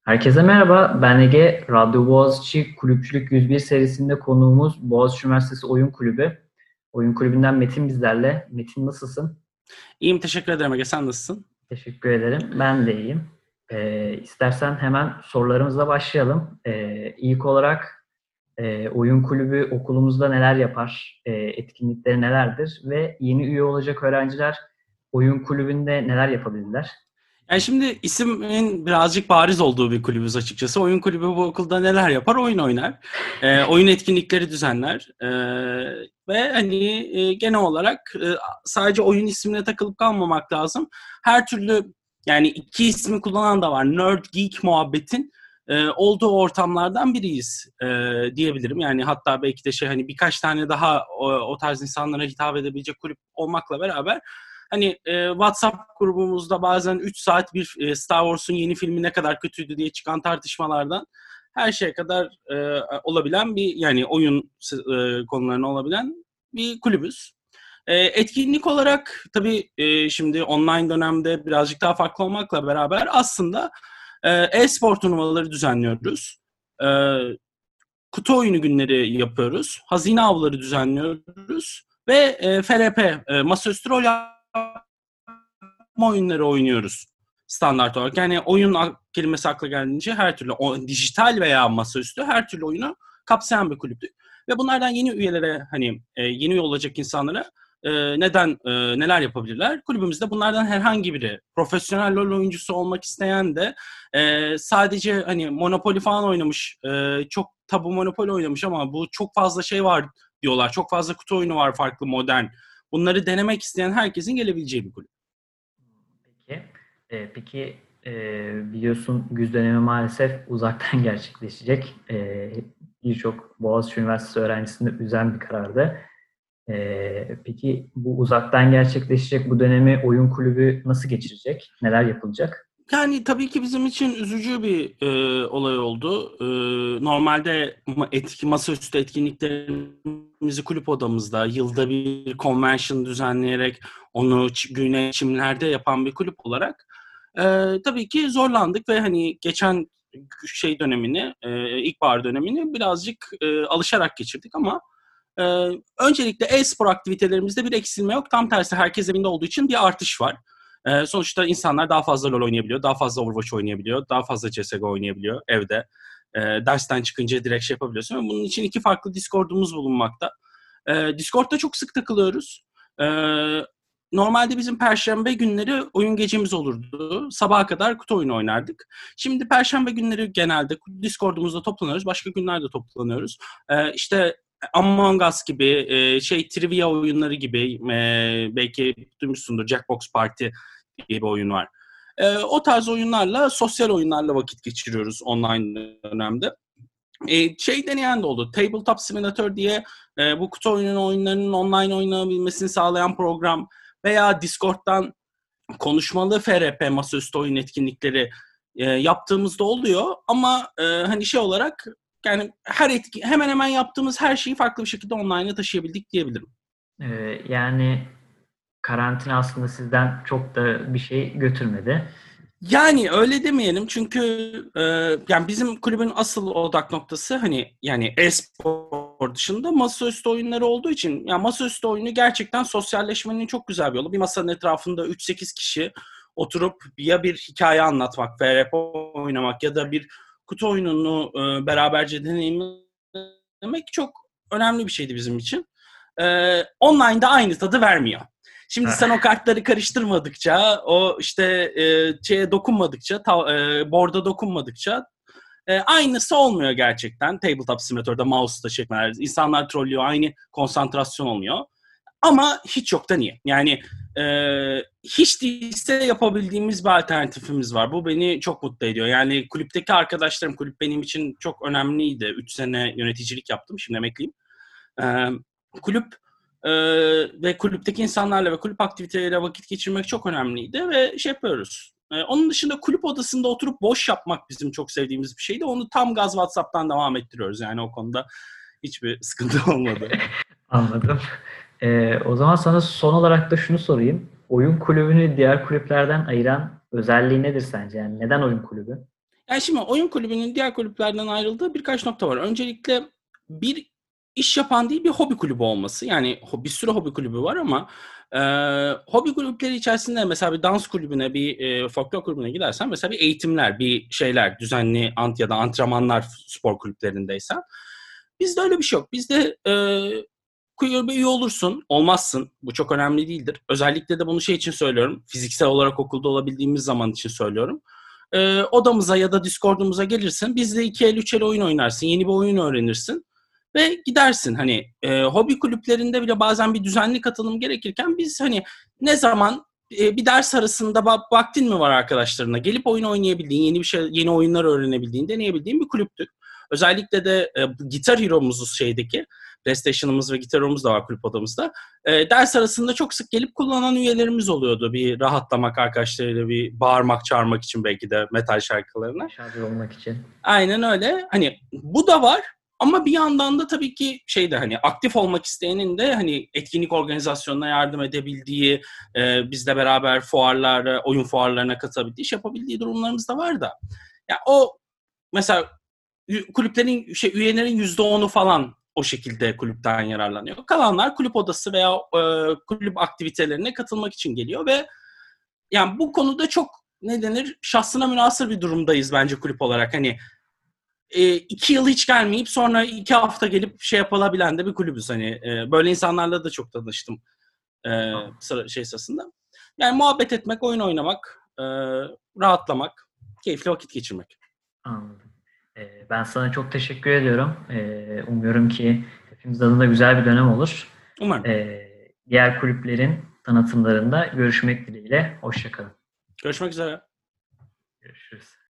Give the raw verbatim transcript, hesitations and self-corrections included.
Herkese merhaba, ben Ege. Radyo Boğaziçi Kulüpçülük yüz bir serisinde konuğumuz Boğaziçi Üniversitesi Oyun Kulübü. Oyun Kulübü'nden Metin bizlerle. Metin nasılsın? İyiyim, teşekkür ederim Ege. Sen nasılsın? Teşekkür ederim. Ben de iyiyim. Ee, istersen hemen sorularımızla başlayalım. Ee, ilk olarak e, Oyun Kulübü okulumuzda neler yapar? Ee, etkinlikleri nelerdir? Ve yeni üye olacak öğrenciler Oyun Kulübü'nde neler yapabilirler? Yani şimdi ismin birazcık bariz olduğu bir kulübüz açıkçası. Oyun kulübü bu okulda neler yapar? Oyun oynar. Ee, oyun etkinlikleri düzenler. Ee, ve hani e, genel olarak e, sadece oyun ismine takılıp kalmamak lazım. Her türlü yani iki ismi kullanan da var. Nerd, geek muhabbetin e, olduğu ortamlardan biriyiz e, diyebilirim. Yani hatta belki de şey hani birkaç tane daha o, o tarz insanlara hitap edebilecek kulüp olmakla beraber hani e, WhatsApp grubumuzda bazen üç saat bir e, Star Wars'un yeni filmi ne kadar kötüydü diye çıkan tartışmalardan her şeye kadar e, olabilen bir yani oyun e, konularına olabilen bir kulübüz. E, etkinlik olarak tabii e, şimdi online dönemde birazcık daha farklı olmakla beraber aslında e, e-spor turnuvaları düzenliyoruz. E, kutu oyunu günleri yapıyoruz. Hazine avları düzenliyoruz. Ve e, F R P, e, masaüstü rol oyunları oynuyoruz standart olarak. Yani oyun kelimesi akla geldiğince her türlü o, dijital veya masaüstü her türlü oyunu kapsayan bir kulüptü. Ve bunlardan yeni üyelere hani e, yeni üye olacak insanlara e, neden e, neler yapabilirler? Kulübümüzde bunlardan herhangi biri profesyonel LoL oyuncusu olmak isteyen de e, sadece hani Monopoly falan oynamış, e, çok tabu Monopoly oynamış ama bu çok fazla şey var diyorlar. Çok fazla kutu oyunu var farklı modern. Bunları denemek isteyen herkesin gelebileceği bir kulüp. Peki, Ee, peki e, biliyorsun güz dönemi maalesef uzaktan gerçekleşecek. Ee, birçok Boğaziçi Üniversitesi öğrencisini üzen bir karardı. Ee, peki bu uzaktan gerçekleşecek bu dönemi oyun kulübü nasıl geçirecek? Neler yapılacak? Yani tabii ki bizim için üzücü bir e, olay oldu. E, normalde ma- etki, masaüstü etkinliklerimizi kulüp odamızda yılda bir convention düzenleyerek onu ç- güne çimlerde yapan bir kulüp olarak e, tabii ki zorlandık ve hani geçen şey dönemini, e, ilkbahar dönemini birazcık e, alışarak geçirdik ama e, öncelikle e-spor aktivitelerimizde bir eksilme yok. Tam tersi herkes evinde olduğu için bir artış var. Ee, sonuçta insanlar daha fazla LoL oynayabiliyor, daha fazla Overwatch oynayabiliyor, daha fazla C S G O oynayabiliyor evde. Ee, dersten çıkınca direkt şey yapabiliyorsun. Ve bunun için iki farklı Discord'umuz bulunmakta. Ee, Discord'da çok sık takılıyoruz. Ee, normalde bizim Perşembe günleri oyun gecemiz olurdu. Sabaha kadar kutu oyunu oynardık. Şimdi Perşembe günleri genelde Discord'umuzda toplanıyoruz. Başka günlerde toplanıyoruz. Ee, işte Among Us gibi, e, şey trivia oyunları gibi, e, belki duymuşsundur Jackbox Party diye bir oyun var. E, o tarz oyunlarla, sosyal oyunlarla vakit geçiriyoruz online dönemde. E, şey deneyen de oldu. Tabletop Simulator diye e, bu kutu oyunun oyunlarının online oynanabilmesini sağlayan program veya Discord'dan konuşmalı F R P masaüstü oyun etkinlikleri e, yaptığımızda oluyor ama e, hani şey olarak yani her etki hemen hemen yaptığımız her şeyi farklı bir şekilde online'a taşıyabildik diyebilirim. Ee, yani karantina aslında sizden çok da bir şey götürmedi. Yani öyle demeyelim çünkü e, yani bizim kulübün asıl odak noktası hani yani e-spor dışında masaüstü oyunları olduğu için yani masaüstü oyunu gerçekten sosyalleşmenin çok güzel bir yolu. Bir masanın etrafında üç sekiz kişi oturup ya bir hikaye anlatmak, F R P oynamak ya da bir kutu oyununu e, beraberce deneyimlemek çok önemli bir şeydi bizim için. E, online'da aynı tadı vermiyor. Şimdi sen o kartları karıştırmadıkça, o işte e, şeye dokunmadıkça, ta, e, board'a dokunmadıkça e, aynısı olmuyor gerçekten. Tabletop Simulator'da mouse'la çekmeler, insanlar trollüyor, aynı konsantrasyon olmuyor. Ama hiç yoktan iyi. Yani e, hiç değilse yapabildiğimiz bir alternatifimiz var. Bu beni çok mutlu ediyor. Yani kulüpteki arkadaşlarım, kulüp benim için çok önemliydi. Üç sene yöneticilik yaptım, şimdi emekliyim. E, kulüp e, ve kulüpteki insanlarla ve kulüp aktiviteleriyle vakit geçirmek çok önemliydi ve şey yapıyoruz. E, onun dışında kulüp odasında oturup boş yapmak bizim çok sevdiğimiz bir şeydi. Onu tam gaz WhatsApp'tan devam ettiriyoruz. Yani o konuda hiçbir sıkıntı olmadı. Anladım. Ee, o zaman sana son olarak da şunu sorayım. Oyun kulübünü diğer kulüplerden ayıran özelliği nedir sence? Yani neden oyun kulübü? Yani şimdi oyun kulübünün diğer kulüplerden ayrıldığı birkaç nokta var. Öncelikle bir iş yapan değil bir hobi kulübü olması. Yani bir sürü hobi kulübü var ama e, hobi kulüpleri içerisinde mesela bir dans kulübüne, bir e, folklor kulübüne gidersen mesela bir eğitimler, bir şeyler, düzenli ant ya da antrenmanlar spor kulüplerindeysen. Bizde öyle bir şey yok. Bizde e, kulübe üye olursun, olmazsın. Bu çok önemli değildir. Özellikle de bunu şey için söylüyorum. Fiziksel olarak okulda olabildiğimiz zaman için söylüyorum. Ee, odamıza ya da Discord'umuza gelirsin. Bizle iki el üç el oyun oynarsın. Yeni bir oyun öğrenirsin. Ve gidersin. Hani e, hobi kulüplerinde bile bazen bir düzenli katılım gerekirken biz hani ne zaman e, bir ders arasında ba- vaktin mi var arkadaşlarına gelip oyun oynayabildiğin, yeni bir şey, yeni oyunlar öğrenebildiğin, deneyebildiğin bir kulüptür. Özellikle de e, Guitar Hero'muzun şeydeki PlayStation'ımız ve Guitar Hero'muz da var kulüp odamızda. E, ders arasında çok sık gelip kullanan üyelerimiz oluyordu. Bir rahatlamak, arkadaşlarıyla bir bağırmak, çağırmak için belki de metal şarkılarına. Şarj olmak için. Aynen öyle. Hani bu da var ama bir yandan da tabii ki şeyde hani aktif olmak isteyenin de hani etkinlik organizasyonuna yardım edebildiği, e, bizle beraber fuarlara, oyun fuarlarına katılabildiği, iş yapabildiği durumlarımız da var da. Yani o mesela kulüplerin şey üyelerin yüzde onu falan o şekilde kulüpten yararlanıyor. Kalanlar kulüp odası veya e, kulüp aktivitelerine katılmak için geliyor ve yani bu konuda çok ne denir şahsına münhasır bir durumdayız bence kulüp olarak. Hani e, iki yıl hiç gelmeyip sonra iki hafta gelip şey yapılabilen de bir kulübüz. Hani e, böyle insanlarla da çok tanıştım e, sıra şey sırasında. Yani muhabbet etmek, oyun oynamak, e, rahatlamak, keyifli vakit geçirmek. Anladım. Ee, ben sana çok teşekkür ediyorum. Ee, umuyorum ki hepimiz adına güzel bir dönem olur. Umarım. Ee, diğer kulüplerin tanıtımlarında görüşmek dileğiyle. Hoşça kalın. Görüşmek üzere. Görüşürüz.